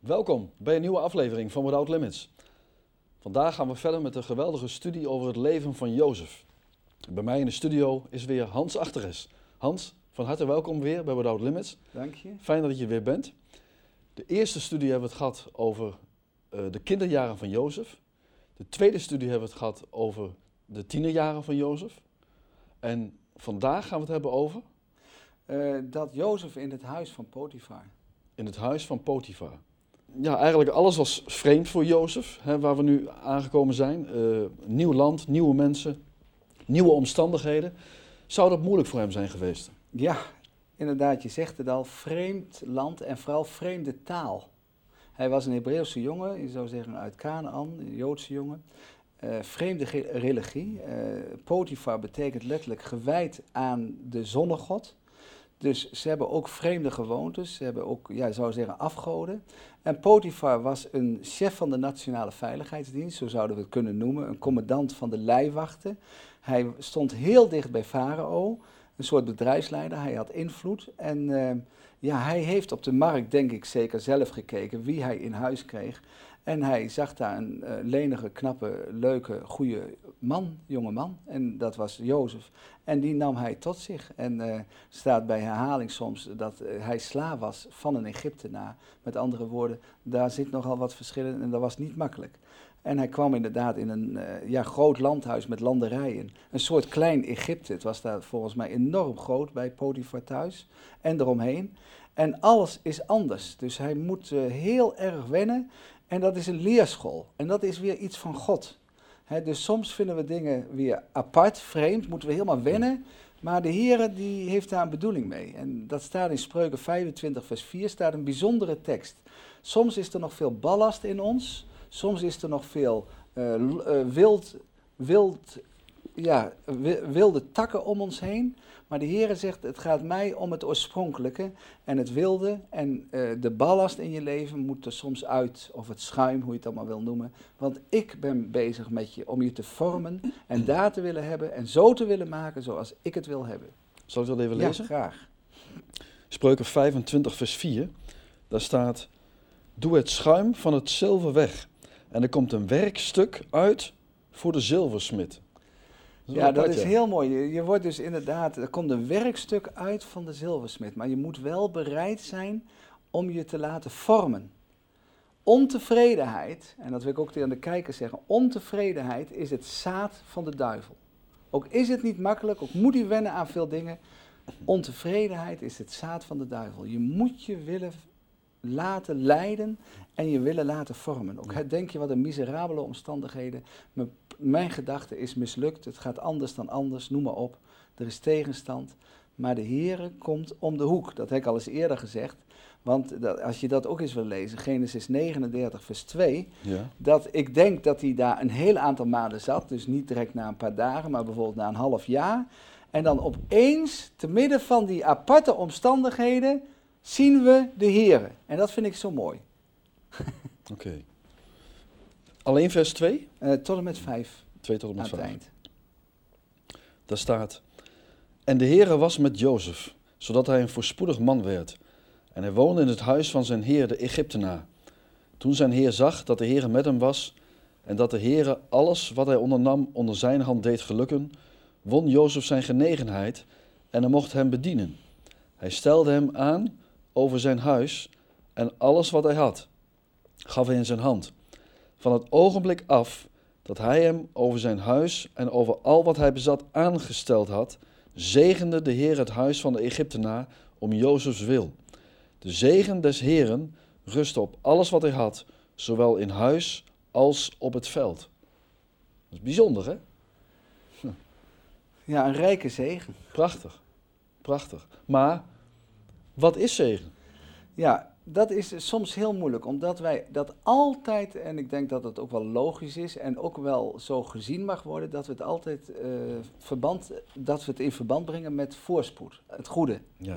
Welkom bij een nieuwe aflevering van Without Limits. Vandaag gaan we verder met een geweldige studie over het leven van Jozef. Bij mij in de studio is weer Hans Achteres. Hans, van harte welkom weer bij Without Limits. Dank je. Fijn dat je weer bent. De eerste studie hebben we het gehad over de kinderjaren van Jozef. De tweede studie hebben we het gehad over de tienerjaren van Jozef. En vandaag gaan we het hebben over... Dat Jozef in het huis van Potifar. In het huis van Potifar. Ja, eigenlijk alles was vreemd voor Jozef, waar we nu aangekomen zijn. Nieuw land, nieuwe mensen, nieuwe omstandigheden. Zou dat moeilijk voor hem zijn geweest? Ja, inderdaad, je zegt het al, vreemd land en vooral vreemde taal. Hij was een Hebreeuwse jongen, je zou zeggen uit Kanaan, een Joodse jongen. Vreemde religie. Potifar betekent letterlijk gewijd aan de zonnegod. Dus ze hebben ook vreemde gewoontes, ze hebben ook, je zou zeggen, afgoden. En Potifar was een chef van de Nationale Veiligheidsdienst, zo zouden we het kunnen noemen, een commandant van de lijfwachten. Hij stond heel dicht bij Farao, een soort bedrijfsleider, hij had invloed. En hij heeft op de markt, denk ik zeker, zelf gekeken wie hij in huis kreeg. En hij zag daar een lenige, knappe, leuke, goede man, jonge man. En dat was Jozef. En die nam hij tot zich. En staat bij herhaling soms dat hij slaaf was van een Egyptenaar. Met andere woorden, daar zit nogal wat verschillen en dat was niet makkelijk. En hij kwam inderdaad in een groot landhuis met landerijen. Een soort klein Egypte. Het was daar volgens mij enorm groot bij Potifar thuis en eromheen. En alles is anders. Dus hij moet heel erg wennen. En dat is een leerschool. En dat is weer iets van God. Dus soms vinden we dingen weer apart, vreemd, moeten we helemaal wennen. Maar de Heere die heeft daar een bedoeling mee. En dat staat in Spreuken 25 vers 4, staat een bijzondere tekst. Soms is er nog veel ballast in ons. Soms is er nog veel wilde takken om ons heen. Maar de Heere zegt, het gaat mij om het oorspronkelijke en het wilde. En de ballast in je leven moet er soms uit, of het schuim, hoe je het allemaal wil noemen. Want ik ben bezig met je om je te vormen en daar te willen hebben en zo te willen maken zoals ik het wil hebben. Zal ik dat even lezen? Ja, graag. Spreuken 25 vers 4, daar staat... Doe het schuim van het zilver weg en er komt een werkstuk uit voor de zilversmid. Dat is heel mooi. Je wordt dus inderdaad, er komt een werkstuk uit van de zilversmid, maar je moet wel bereid zijn om je te laten vormen. Ontevredenheid, en dat wil ik ook tegen de kijkers zeggen, ontevredenheid is het zaad van de duivel. Ook is het niet makkelijk, ook moet hij wennen aan veel dingen, ontevredenheid is het zaad van de duivel. Je moet je willen laten leiden en je willen laten vormen. Ook denk je wat een miserabele omstandigheden. Mijn gedachte is mislukt, het gaat anders dan anders, noem maar op. Er is tegenstand, maar de Heere komt om de hoek. Dat heb ik al eens eerder gezegd. Want als je dat ook eens wil lezen, Genesis 39 vers 2, dat ik denk dat hij daar een heel aantal maanden zat, dus niet direct na een paar dagen, maar bijvoorbeeld na een half jaar. En dan opeens, te midden van die aparte omstandigheden, zien we de Heere. En dat vind ik zo mooi. Oké. Alleen vers 2? Tot en met 5. 2 tot en met aan 5. het eind. Daar staat... En de Heere was met Jozef, zodat hij een voorspoedig man werd. En hij woonde in het huis van zijn heer, de Egyptenaar. Toen zijn heer zag dat de Heere met hem was... en dat de Heere alles wat hij ondernam onder zijn hand deed gelukken... won Jozef zijn genegenheid en hij mocht hem bedienen. Hij stelde hem aan over zijn huis en alles wat hij had, gaf hij in zijn hand. Van het ogenblik af dat hij hem over zijn huis en over al wat hij bezat aangesteld had, zegende de Heer het huis van de Egyptenaar om Jozefs wil. De zegen des Heeren rustte op alles wat hij had, zowel in huis als op het veld. Dat is bijzonder, hè? Ja, een rijke zegen. Prachtig, prachtig. Maar wat is zegen? Ja, dat is soms heel moeilijk, omdat wij dat altijd, en ik denk dat het ook wel logisch is en ook wel zo gezien mag worden, dat we het altijd in verband brengen met voorspoed, het goede. Ja.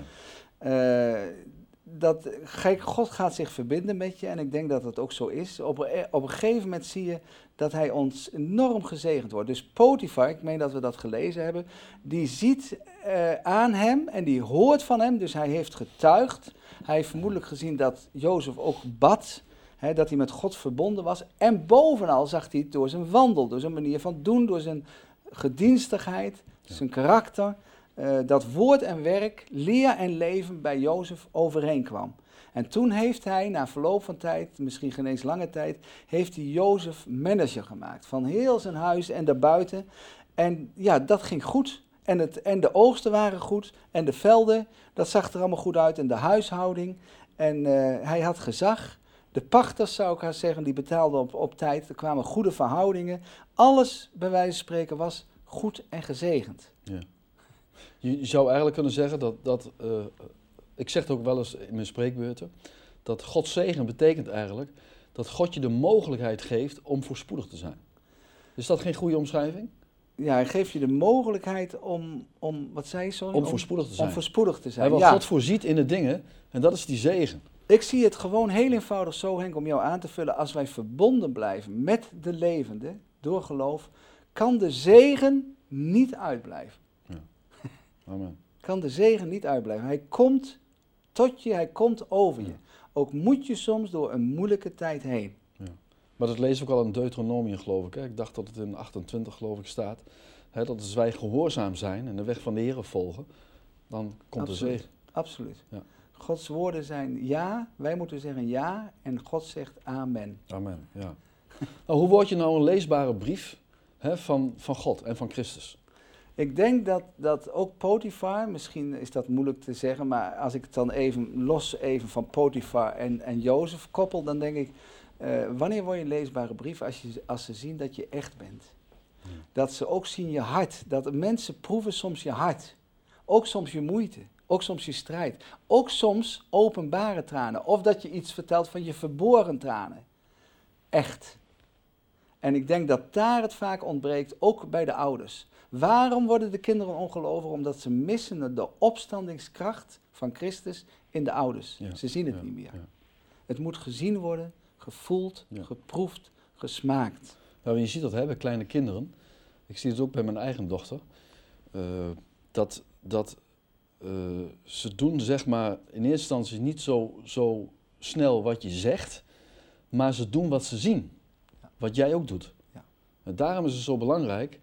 God gaat zich verbinden met je en ik denk dat dat ook zo is. Op een gegeven moment zie je dat hij ons enorm gezegend wordt. Dus Potifar, ik meen dat we dat gelezen hebben, die ziet aan hem en die hoort van hem, dus hij heeft getuigd. Hij heeft vermoedelijk gezien dat Jozef ook bad dat hij met God verbonden was. En bovenal zag hij het door zijn wandel, door zijn manier van doen, door zijn gedienstigheid, zijn karakter. Dat woord en werk, leer en leven bij Jozef overeenkwam. En toen heeft hij, na verloop van tijd, misschien geen eens lange tijd, heeft hij Jozef manager gemaakt. Van heel zijn huis en daarbuiten. En ja, dat ging goed. En de oogsten waren goed. En de velden, dat zag er allemaal goed uit. En de huishouding. En hij had gezag. De pachters, zou ik haar zeggen, die betaalden op tijd. Er kwamen goede verhoudingen. Alles, bij wijze van spreken, was goed en gezegend. Ja. Je zou eigenlijk kunnen zeggen dat ik zeg het ook wel eens in mijn spreekbeurten, dat Gods zegen betekent eigenlijk dat God je de mogelijkheid geeft om voorspoedig te zijn. Is dat geen goede omschrijving? Ja, hij geeft je de mogelijkheid om wat zei je zo? Om voorspoedig te zijn. Om voorspoedig te zijn, Want God voorziet in de dingen en dat is die zegen. Ik zie het gewoon heel eenvoudig zo, Henk, om jou aan te vullen. Als wij verbonden blijven met de levende, door geloof, kan de zegen niet uitblijven. Ja. Amen. Kan de zegen niet uitblijven. Hij komt tot je, hij komt over je. Ook moet je soms door een moeilijke tijd heen. Ja. Maar dat lees ik ook al in Deuteronomium, geloof ik. Hè? Ik dacht dat het in 28, geloof ik, staat. Hè, dat als wij gehoorzaam zijn en de weg van de Heer volgen, dan komt de zegen. Absoluut. Ja. Gods woorden zijn ja, wij moeten zeggen ja en God zegt amen. Amen, ja. Nou, hoe word je nou een leesbare brief van God en van Christus? Ik denk dat ook Potifar, misschien is dat moeilijk te zeggen, maar als ik het dan even van Potifar en Jozef koppel, dan denk ik, wanneer word je een leesbare brief? Als ze zien dat je echt bent. Ja. Dat ze ook zien je hart. Dat mensen proeven soms je hart. Ook soms je moeite. Ook soms je strijd. Ook soms openbare tranen. Of dat je iets vertelt van je verborgen tranen. Echt. En ik denk dat daar het vaak ontbreekt, ook bij de ouders. Waarom worden de kinderen ongelovig? Omdat ze missen de opstandingskracht van Christus in de ouders. Ja, ze zien het niet meer. Ja. Het moet gezien worden, gevoeld, geproefd, gesmaakt. Nou, je ziet dat bij kleine kinderen. Ik zie het ook bij mijn eigen dochter. Dat ze doen, zeg maar, in eerste instantie niet zo snel wat je zegt, maar ze doen wat ze zien. Ja. Wat jij ook doet. Ja. En daarom is het zo belangrijk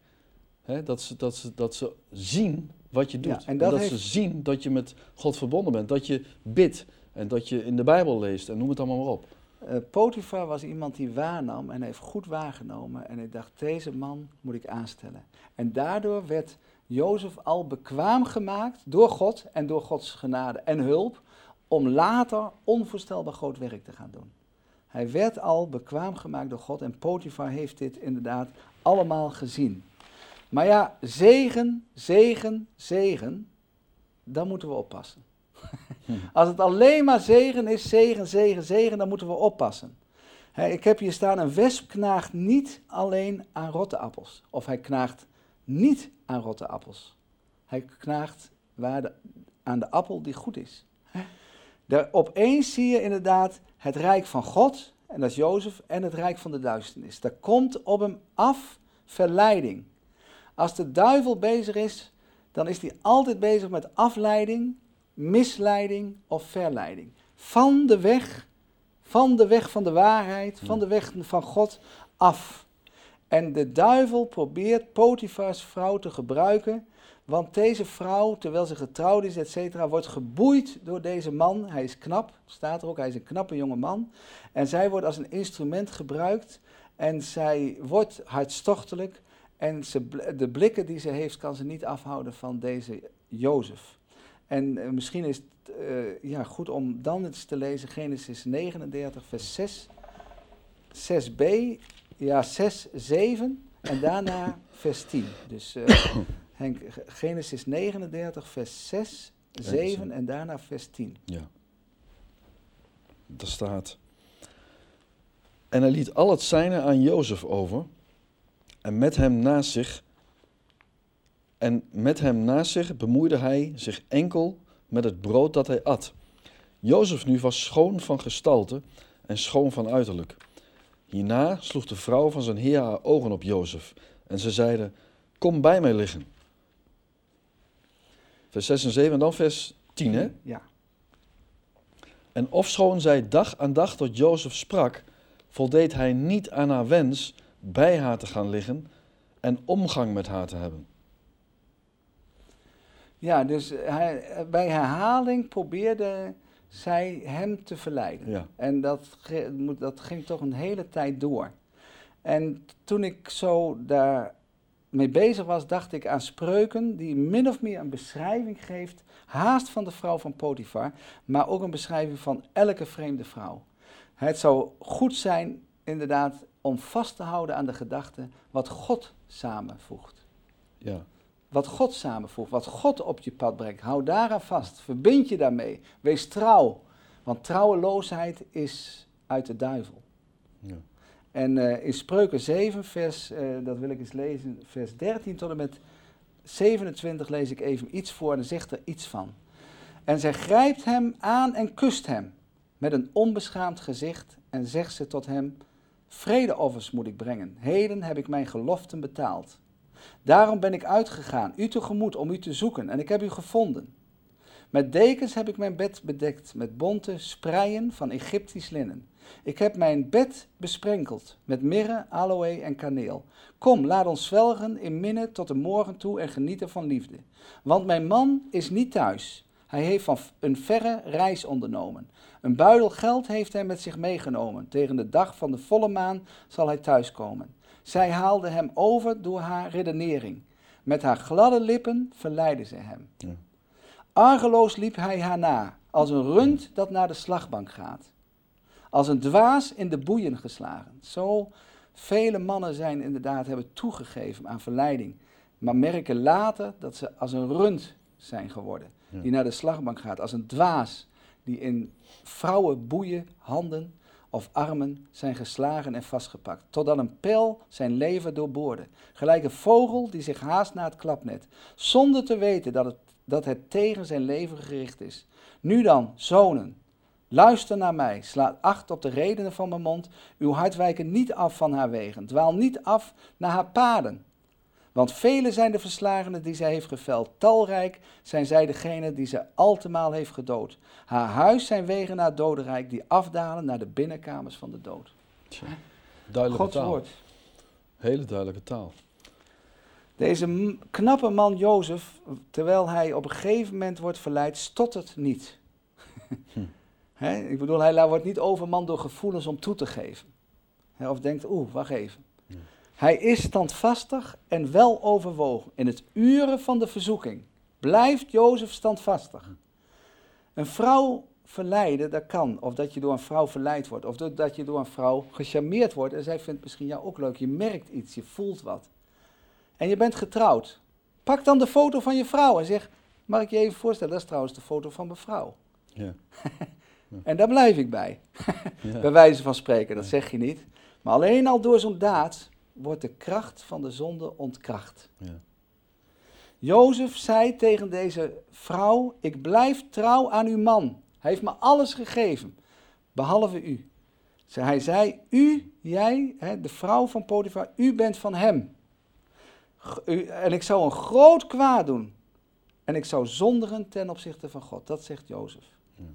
dat ze zien wat je doet. Ja, en dat ze zien dat je met God verbonden bent. Dat je bidt en dat je in de Bijbel leest en noem het allemaal maar op. Potifar was iemand die waarnam en heeft goed waargenomen. En hij dacht, deze man moet ik aanstellen. En daardoor werd Jozef al bekwaam gemaakt door God en door Gods genade en hulp, om later onvoorstelbaar groot werk te gaan doen. Hij werd al bekwaam gemaakt door God en Potifar heeft dit inderdaad allemaal gezien. Maar ja, zegen, zegen, zegen, dan moeten we oppassen. Als het alleen maar zegen is, zegen, zegen, zegen, dan moeten we oppassen. Ik heb hier staan, een wesp knaagt niet alleen aan rotte appels. Of hij knaagt niet aan rotte appels. Hij knaagt aan de appel die goed is. Daar opeens zie je inderdaad het rijk van God, en dat is Jozef, en het rijk van de duisternis. Daar komt op hem af verleiding. Als de duivel bezig is, dan is hij altijd bezig met afleiding, misleiding of verleiding. Van de weg van de waarheid, van de weg van God af. En de duivel probeert Potifars vrouw te gebruiken, want deze vrouw, terwijl ze getrouwd is, etc., wordt geboeid door deze man. Hij is knap, staat er ook, hij is een knappe jonge man. En zij wordt als een instrument gebruikt en zij wordt hartstochtelijk. En de blikken die ze heeft, kan ze niet afhouden van deze Jozef. En misschien is het goed om dan eens te lezen, Genesis 39, vers 6, 6b, 6, 7 en daarna vers 10. Dus Henk, Genesis 39, vers 6, 7 en daarna vers 10. Ja. Daar staat: En hij liet al het zijne aan Jozef over en met hem naast zich bemoeide hij zich enkel met het brood dat hij at. Jozef nu was schoon van gestalte en schoon van uiterlijk. Hierna sloeg de vrouw van zijn heer haar ogen op Jozef en ze zeide: Kom bij mij liggen. Vers 6 en 7 en dan vers 10, hè? Ja. En ofschoon zij dag aan dag tot Jozef sprak, voldeed hij niet aan haar wens bij haar te gaan liggen en omgang met haar te hebben. Ja, dus bij herhaling probeerde zij hem te verleiden. Ja. En dat ging toch een hele tijd door. En toen ik zo daarmee bezig was, dacht ik aan Spreuken, die min of meer een beschrijving geeft, haast van de vrouw van Potifar, maar ook een beschrijving van elke vreemde vrouw. Het zou goed zijn, inderdaad, om vast te houden aan de gedachte wat God samenvoegt. Ja. Wat God samenvoegt, wat God op je pad brengt. Hou daaraan vast, verbind je daarmee. Wees trouw, want trouweloosheid is uit de duivel. Ja. En in Spreuken 7, dat wil ik eens lezen, vers 13 tot en met 27 lees ik even iets voor en dan zegt er iets van. En zij grijpt hem aan en kust hem met een onbeschaamd gezicht en zegt ze tot hem, vredeoffers moet ik brengen, heden heb ik mijn geloften betaald. Daarom ben ik uitgegaan, u tegemoet om u te zoeken en ik heb u gevonden. Met dekens heb ik mijn bed bedekt, met bonte spreien van Egyptisch linnen. Ik heb mijn bed besprenkeld met mirre, aloë en kaneel. Kom, laat ons zwelgen in minne tot de morgen toe en genieten van liefde. Want mijn man is niet thuis. Hij heeft van een verre reis ondernomen. Een buidel geld heeft hij met zich meegenomen. Tegen de dag van de volle maan zal hij thuiskomen. Zij haalde hem over door haar redenering. Met haar gladde lippen verleidde ze hem. Ja. Argeloos liep hij haar na, als een rund dat naar de slagbank gaat. Als een dwaas in de boeien geslagen. Zo vele mannen hebben toegegeven aan verleiding, maar merken later dat ze als een rund zijn geworden, die naar de slagbank gaat. Als een dwaas die in vrouwenboeien, handen of armen zijn geslagen en vastgepakt, totdat een pijl zijn leven doorboorde. Gelijk een vogel die zich haast naar het klapnet, zonder te weten dat het tegen zijn leven gericht is. Nu dan, zonen, luister naar mij, sla acht op de redenen van mijn mond, uw hart wijken niet af van haar wegen, dwaal niet af naar haar paden. Want vele zijn de verslagenen die zij heeft geveld, talrijk zijn zij degenen die zij altemaal heeft gedood. Haar huis zijn wegen naar het dodenrijk die afdalen naar de binnenkamers van de dood. Tja, duidelijke Gods taal. woord. Hele duidelijke taal. Deze knappe man Jozef, terwijl hij op een gegeven moment wordt verleid, stottert niet. Ik bedoel, hij wordt niet overmand door gevoelens om toe te geven. Of denkt, wacht even. Ja. Hij is standvastig en wel overwogen. In het uren van de verzoeking blijft Jozef standvastig. Een vrouw verleiden, dat kan. Of dat je door een vrouw verleid wordt. Of dat je door een vrouw gecharmeerd wordt. En zij vindt misschien jou ook leuk. Je merkt iets, je voelt wat. En je bent getrouwd. Pak dan de foto van je vrouw en zeg, mag ik je even voorstellen, dat is trouwens de foto van mijn vrouw. Ja. En daar blijf ik bij. Ja. Bij wijze van spreken, dat zeg je niet. Maar alleen al door zo'n daad wordt de kracht van de zonde ontkracht. Ja. Jozef zei tegen deze vrouw, ik blijf trouw aan uw man. Hij heeft me alles gegeven, behalve u. Hij zei, jij, de vrouw van Potifar, u bent van hem. En ik zou een groot kwaad doen. En ik zou zondigen ten opzichte van God. Dat zegt Jozef.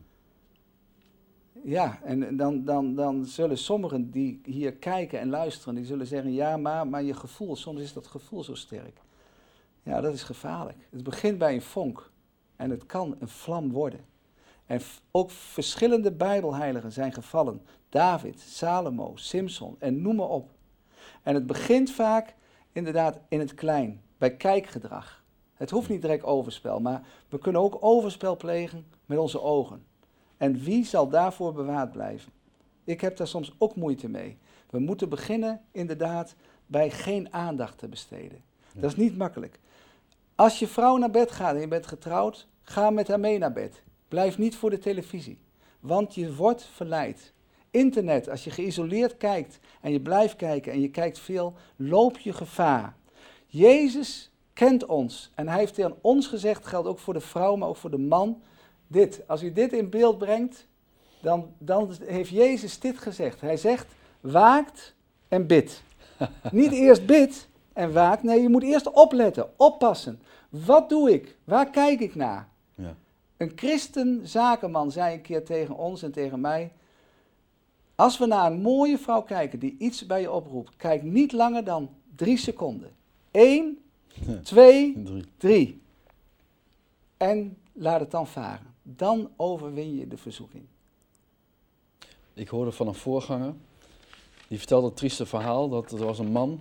Ja, en dan zullen sommigen die hier kijken en luisteren, die zullen zeggen, ja, maar je gevoel, soms is dat gevoel zo sterk. Ja, dat is gevaarlijk. Het begint bij een vonk en het kan een vlam worden. En ook verschillende Bijbelheiligen zijn gevallen. David, Salomo, Simson en noem maar op. En het begint vaak inderdaad in het klein, bij kijkgedrag. Het hoeft niet direct overspel, maar we kunnen ook overspel plegen met onze ogen. En wie zal daarvoor bewaard blijven? Ik heb daar soms ook moeite mee. We moeten beginnen inderdaad bij geen aandacht te besteden. Ja. Dat is niet makkelijk. Als je vrouw naar bed gaat en je bent getrouwd, ga met haar mee naar bed. Blijf niet voor de televisie, want je wordt verleid. Internet, als je geïsoleerd kijkt en je blijft kijken en je kijkt veel, loop je gevaar. Jezus kent ons en hij heeft tegen ons gezegd, geldt ook voor de vrouw, maar ook voor de man, als u dit in beeld brengt, dan heeft Jezus dit gezegd. Hij zegt, waakt en bid. Niet eerst bid en waakt, nee, je moet eerst opletten, oppassen. Wat doe ik? Waar kijk ik naar? Ja. Een christenzakenman zei een keer tegen ons en tegen mij, Als we naar een mooie vrouw kijken die iets bij je oproept, kijk niet langer dan 3 seconden. 1, 2, 3. En laat het dan varen. Dan overwin je de verzoeking. Ik hoorde van een voorganger, die vertelde het trieste verhaal dat er was een man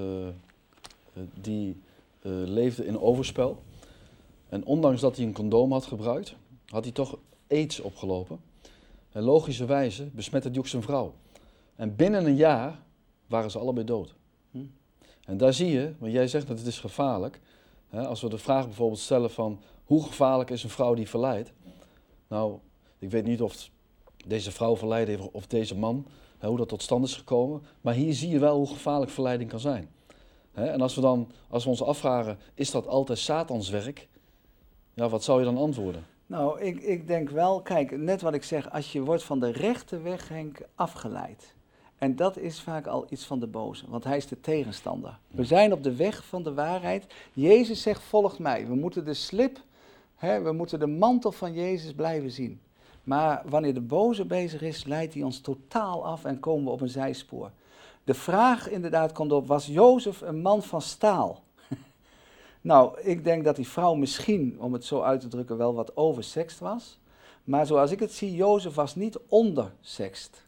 die leefde in overspel. En ondanks dat hij een condoom had gebruikt, had hij toch AIDS opgelopen. En logischerwijze besmette hij ook zijn vrouw. En binnen een jaar waren ze allebei dood. En daar zie je, want jij zegt dat het is gevaarlijk. Hè, als we de vraag bijvoorbeeld stellen van hoe gevaarlijk is een vrouw die verleidt. Nou, ik weet niet of deze vrouw verleid heeft of deze man, hoe dat tot stand is gekomen. Maar hier zie je wel hoe gevaarlijk verleiding kan zijn. En als we ons afvragen, is dat altijd Satans werk? Ja, wat zou je dan antwoorden? Nou, ik denk wel, kijk, net wat ik zeg, als je wordt van de rechte weg, Henk, afgeleid. En dat is vaak al iets van de boze, want hij is de tegenstander. We zijn op de weg van de waarheid. Jezus zegt, volgt mij. We moeten de slip, we moeten de mantel van Jezus blijven zien. Maar wanneer de boze bezig is, leidt hij ons totaal af en komen we op een zijspoor. De vraag inderdaad komt op, was Jozef een man van staal? Nou, ik denk dat die vrouw misschien, om het zo uit te drukken, wel wat oversext was. Maar zoals ik het zie, Jozef was niet ondersext.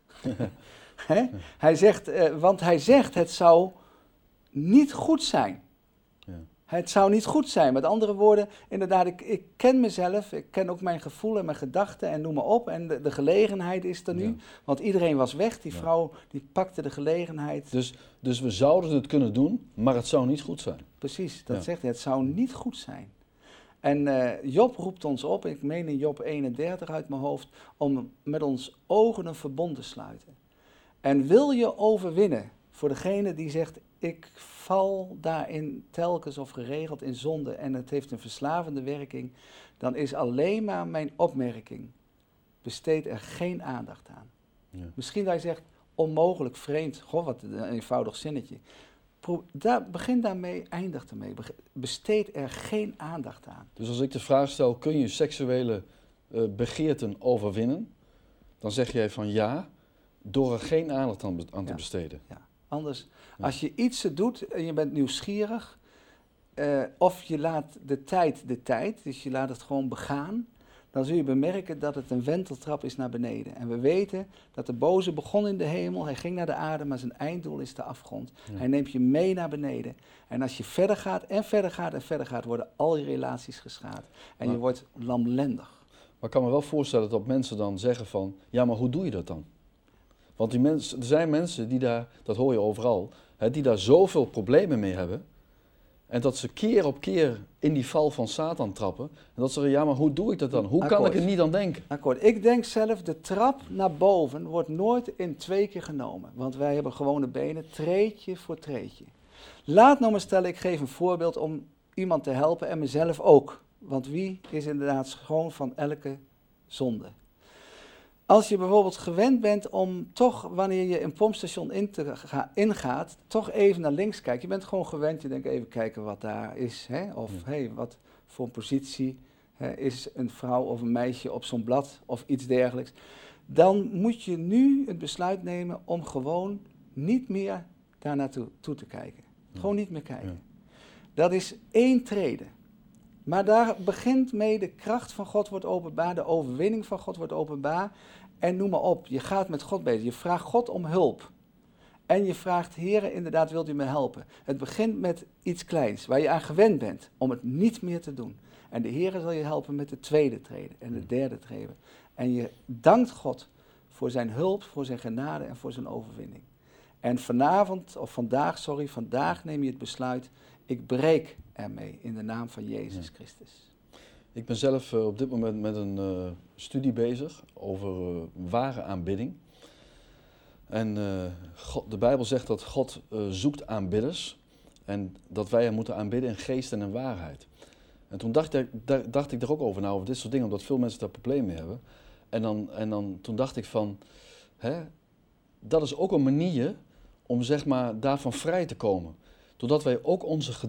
Want hij zegt, het zou niet goed zijn. Ja. Het zou niet goed zijn. Met andere woorden, inderdaad, ik ken mezelf, ik ken ook mijn gevoel en mijn gedachten en noem maar op. En de gelegenheid is er nu, ja. Want iedereen was weg. Die vrouw die pakte de gelegenheid. Dus we zouden het kunnen doen, maar het zou niet goed zijn. Precies, dat zegt hij. Het zou niet goed zijn. En Job roept ons op, ik meen in Job 31 uit mijn hoofd, om met ons ogen een verbond te sluiten. En wil je overwinnen voor degene die zegt, ik val daarin telkens of geregeld in zonde en het heeft een verslavende werking, dan is alleen maar mijn opmerking, besteed er geen aandacht aan. Ja. Misschien dat je zegt, onmogelijk, vreemd, goh, wat een eenvoudig zinnetje. Begin daarmee, eindig ermee. Besteed er geen aandacht aan. Dus als ik de vraag stel, kun je seksuele begeerten overwinnen? Dan zeg jij van ja, door er geen aandacht aan te besteden. Ja. Anders, als je iets doet en je bent nieuwsgierig, of je laat de tijd, dus je laat het gewoon begaan, dan zul je bemerken dat het een wenteltrap is naar beneden. En we weten dat de boze begon in de hemel, hij ging naar de aarde, maar zijn einddoel is de afgrond. Ja. Hij neemt je mee naar beneden. En als je verder gaat en verder gaat en verder gaat, worden al je relaties geschaad. En je wordt lamlendig. Maar ik kan me wel voorstellen dat mensen dan zeggen van, ja, maar hoe doe je dat dan? Want er zijn mensen die daar, dat hoor je overal, die daar zoveel problemen mee hebben. En dat ze keer op keer in die val van Satan trappen. En dat ze zeggen, ja, maar hoe doe ik dat dan? Hoe kan ik er niet aan denken? Akkoord. Ik denk zelf, de trap naar boven wordt nooit in 2 keer genomen. Want wij hebben gewone benen, treedje voor treedje. Laat nou maar stellen, ik geef een voorbeeld om iemand te helpen en mezelf ook. Want wie is inderdaad schoon van elke zonde? Als je bijvoorbeeld gewend bent om toch, wanneer je een pompstation ingaat, toch even naar links kijken. Je bent gewoon gewend, je denkt even kijken wat daar is. Hè? Of wat voor een positie is een vrouw of een meisje op zo'n blad of iets dergelijks. Dan moet je nu het besluit nemen om gewoon niet meer daar naartoe te kijken. Gewoon niet meer kijken. Ja. Dat is 1 trede. Maar daar begint mee, de kracht van God wordt openbaar, de overwinning van God wordt openbaar. En noem maar op, je gaat met God bezig, je vraagt God om hulp. En je vraagt, Heere, inderdaad, wilt u me helpen? Het begint met iets kleins, waar je aan gewend bent, om het niet meer te doen. En de Heere zal je helpen met de 2e trede en de 3e trede. En je dankt God voor zijn hulp, voor zijn genade en voor zijn overwinning. En vandaag neem je het besluit, ik breek ermee in de naam van Jezus Christus. Ik ben zelf op dit moment met een studie bezig over ware aanbidding. En de Bijbel zegt dat God zoekt aanbidders en dat wij hem moeten aanbidden in geest en in waarheid. En toen dacht ik er ook over, over dit soort dingen, omdat veel mensen daar problemen mee hebben. En toen dacht ik van, dat is ook een manier om zeg maar daarvan vrij te komen. Doordat wij ook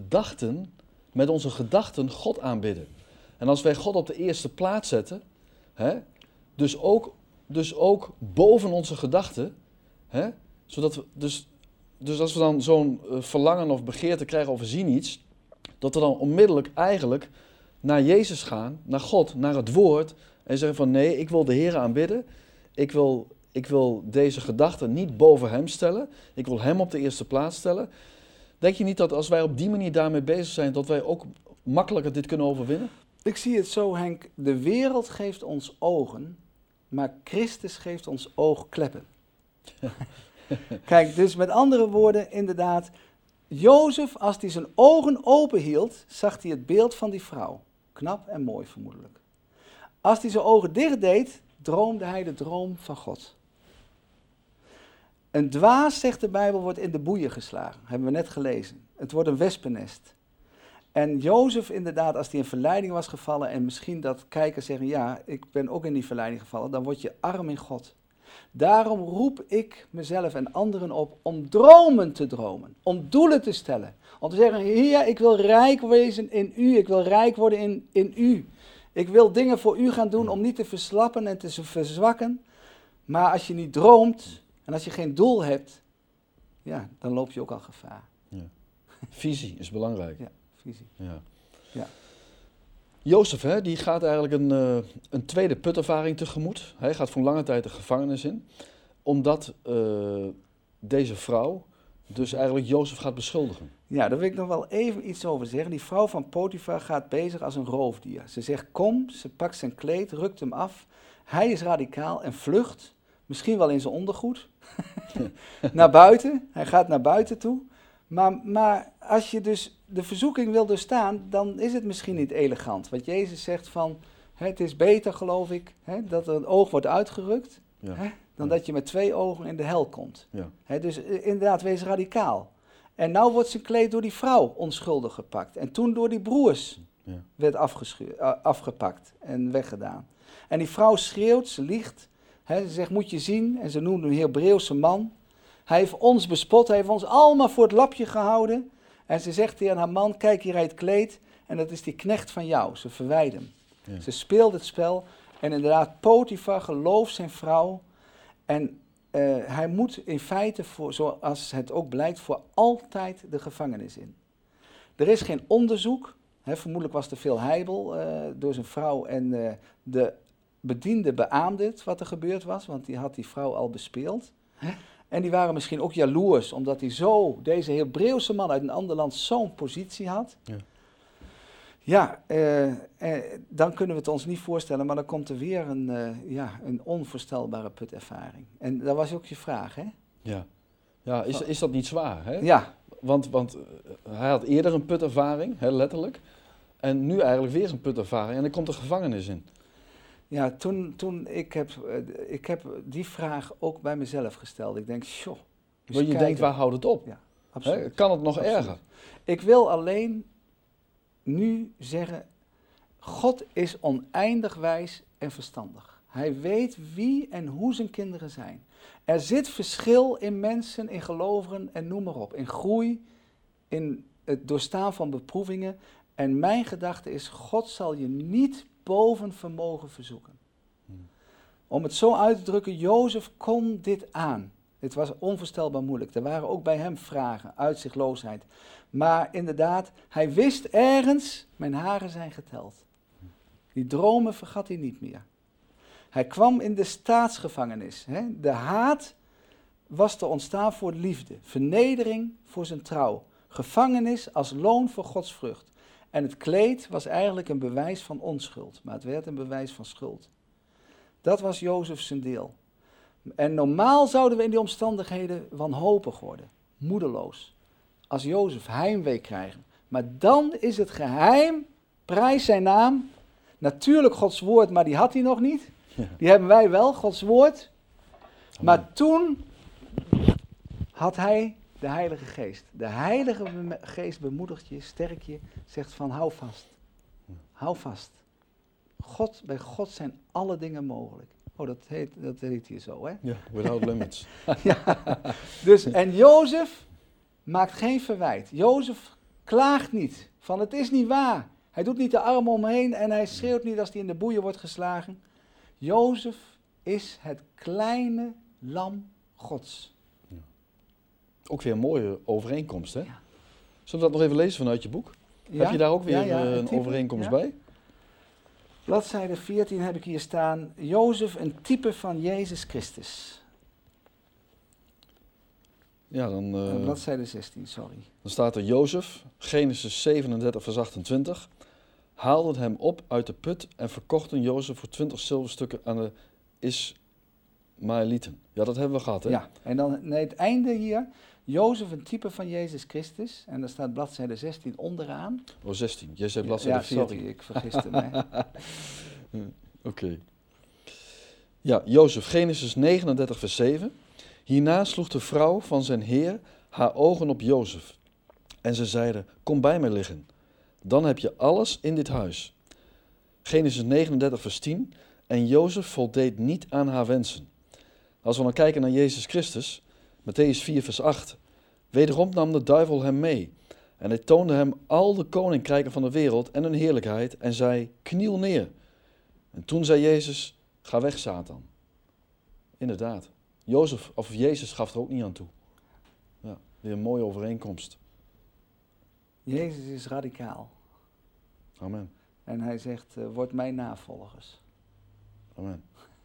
met onze gedachten God aanbidden. En als wij God op de eerste plaats zetten, dus ook boven onze gedachten, Hè? Zodat we, dus als we dan zo'n verlangen of begeerte krijgen of we zien iets, dat we dan onmiddellijk eigenlijk naar Jezus gaan, naar God, naar het woord en zeggen van nee, ik wil de Heer aanbidden. Ik wil deze gedachten niet boven hem stellen. Ik wil hem op de eerste plaats stellen. Denk je niet dat als wij op die manier daarmee bezig zijn, dat wij ook makkelijker dit kunnen overwinnen? Ik zie het zo, Henk. De wereld geeft ons ogen, maar Christus geeft ons oogkleppen. Kijk, dus met andere woorden, inderdaad, Jozef, als hij zijn ogen open hield, zag hij het beeld van die vrouw. Knap en mooi vermoedelijk. Als hij zijn ogen dicht deed, droomde hij de droom van God. Een dwaas, zegt de Bijbel, wordt in de boeien geslagen. Hebben we net gelezen. Het wordt een wespennest. En Jozef inderdaad, als hij in verleiding was gevallen, en misschien dat kijkers zeggen, ja, ik ben ook in die verleiding gevallen, dan word je arm in God. Daarom roep ik mezelf en anderen op om dromen te dromen, om doelen te stellen. Om te zeggen, Heer, ik wil rijk wezen in u, ik wil rijk worden in u. Ik wil dingen voor u gaan doen om niet te verslappen en te verzwakken. Maar als je niet droomt en als je geen doel hebt, ja, dan loop je ook al gevaar. Ja. Visie is belangrijk. Ja, visie. Ja. Ja. Jozef, hè, die gaat eigenlijk een tweede putervaring tegemoet. Hij gaat voor lange tijd de gevangenis in, omdat deze vrouw dus eigenlijk Jozef gaat beschuldigen. Ja, daar wil ik nog wel even iets over zeggen. Die vrouw van Potifar gaat bezig als een roofdier. Ze zegt kom, ze pakt zijn kleed, rukt hem af. Hij is radicaal en vlucht, misschien wel in zijn ondergoed, naar buiten. Hij gaat naar buiten toe. Maar als je dus de verzoeking wil doorstaan, dan is het misschien niet elegant. Want Jezus zegt van, het is beter, geloof ik, dat er een oog wordt uitgerukt, dan dat je met 2 ogen in de hel komt. Ja. Dus inderdaad, wees radicaal. En nou wordt zijn kleed door die vrouw onschuldig gepakt. En toen door die broers werd afgepakt en weggedaan. En die vrouw schreeuwt, ze liegt. Ze zegt, moet je zien. En ze noemt een Hebreeuwse man. Hij heeft ons bespot, hij heeft ons allemaal voor het lapje gehouden. En ze zegt tegen haar man, kijk hier het kleed. En dat is die knecht van jou. Ze verwijt hem. Ja. Ze speelt het spel. En inderdaad, Potifar gelooft zijn vrouw. En hij moet in feite, zoals het ook blijkt, voor altijd de gevangenis in. Er is geen onderzoek. Vermoedelijk was er veel heibel door zijn vrouw. En de bediende beaamde het wat er gebeurd was. Want die had die vrouw al bespeeld. En die waren misschien ook jaloers, omdat hij deze Hebreeuwse man uit een ander land zo'n positie had. Ja, dan kunnen we het ons niet voorstellen, maar dan komt er weer een onvoorstelbare putervaring. En dat was ook je vraag, hè? Ja, is dat niet zwaar, hè? Ja. Want hij had eerder een putervaring, hè, letterlijk. En nu eigenlijk weer een putervaring en er komt de gevangenis in. Ja, ik heb die vraag ook bij mezelf gesteld. Ik denk, joh. Want je denkt, waar houdt het op? Ja, absoluut. Kan het nog erger? Ik wil alleen nu zeggen, God is oneindig wijs en verstandig. Hij weet wie en hoe zijn kinderen zijn. Er zit verschil in mensen, in gelovigen en noem maar op. In groei, in het doorstaan van beproevingen. En mijn gedachte is, God zal je niet boven vermogen verzoeken. Om het zo uit te drukken, Jozef kon dit aan. Het was onvoorstelbaar moeilijk. Er waren ook bij hem vragen, uitzichtloosheid. Maar inderdaad, hij wist ergens, mijn haren zijn geteld. Die dromen vergat hij niet meer. Hij kwam in de staatsgevangenis. De haat was te ontstaan voor liefde. Vernedering voor zijn trouw. Gevangenis als loon voor Gods vrucht. En het kleed was eigenlijk een bewijs van onschuld, maar het werd een bewijs van schuld. Dat was Jozef zijn deel. En normaal zouden we in die omstandigheden wanhopig worden, moedeloos. Als Jozef heimwee krijgen. Maar dan is het geheim, prijs zijn naam, natuurlijk Gods woord, maar die had hij nog niet. Die hebben wij wel, Gods woord. Maar toen had hij de Heilige Geest. De Heilige Geest bemoedigt je, sterkt je, zegt van hou vast. Hou vast. Bij God zijn alle dingen mogelijk. Oh, dat heet hier zo, hè? Ja, without limits. Ja, dus, en Jozef maakt geen verwijt. Jozef klaagt niet, van het is niet waar. Hij doet niet de armen omheen en hij schreeuwt niet als hij in de boeien wordt geslagen. Jozef is het kleine lam Gods. Ook weer een mooie overeenkomst, hè? Ja. Zullen we dat nog even lezen vanuit je boek? Ja? Heb je daar ook weer een type, overeenkomst ja. bij? Bladzijde 14 heb ik hier staan, Jozef, een type van Jezus Christus. Ja, dan Bladzijde 16, sorry. staat er Jozef, Genesis 37 vers 28, haalden hem op uit de put en verkochten Jozef voor 20 zilverstukken aan de Ismaëlieten. Ja, dat hebben we gehad, hè? Ja, en dan het einde hier, Jozef, een type van Jezus Christus. En daar staat bladzijde 16 onderaan. Oh, 16. Jij zei bladzijde Ja, 14. sorry, ik vergiste mij. Oké. Ja, Jozef, Genesis 39 vers 7. Hierna sloeg de vrouw van zijn heer haar ogen op Jozef. En ze zeiden, kom bij mij liggen. Dan heb je alles in dit huis. Genesis 39 vers 10. En Jozef voldeed niet aan haar wensen. Als we dan kijken naar Jezus Christus, Matthäus 4 vers 8. Wederom nam de duivel hem mee. En hij toonde hem al de koninkrijken van de wereld en hun heerlijkheid en zei, kniel neer. En toen zei Jezus, ga weg Satan. Inderdaad. Jezus gaf er ook niet aan toe. Ja, weer een mooie overeenkomst. Jezus is radicaal. Amen. En hij zegt, word mijn navolgers. Amen.